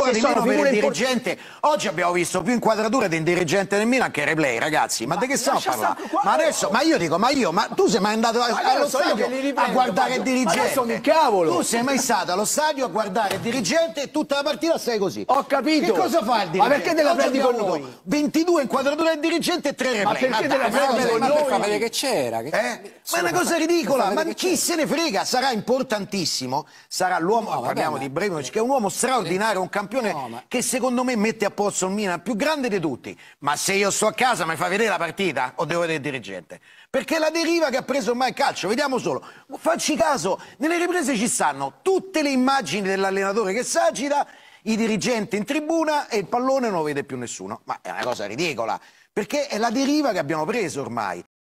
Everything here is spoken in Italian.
di meno per il dirigente. Oggi abbiamo visto più inquadrature di un dirigente del Milan che replay, ragazzi. Ma di che stiamo parlando? Ma adesso, ma tu sei mai andato allo stadio a guardare il dirigente? Tu sei mai stato allo stadio a guardare il dirigente e tutta la partita stai così? Ho capito. Che cosa fa il dirigente? Ma perché te la prendi con noi? 22 inquadrature del dirigente e 3 replay. Ma perché te la prendi con noi? Per vedere che c'era. Ma è una cosa ridicola, ma chi se ne frega? Sarà importantissimo, sarà l'uomo, parliamo di Ibrahimovic, che è un uomo straordinario, un campione che secondo me mette a posto il Milan, più grande di tutti. Ma se io sto a casa mi fai vedere la partita o devo vedere il dirigente? Perché è la deriva che ha preso ormai il calcio, vediamo solo, facci caso, nelle riprese ci stanno tutte le immagini dell'allenatore che s'agita, i dirigenti in tribuna e il pallone non lo vede più nessuno. Ma è una cosa ridicola, perché è la deriva che abbiamo preso ormai.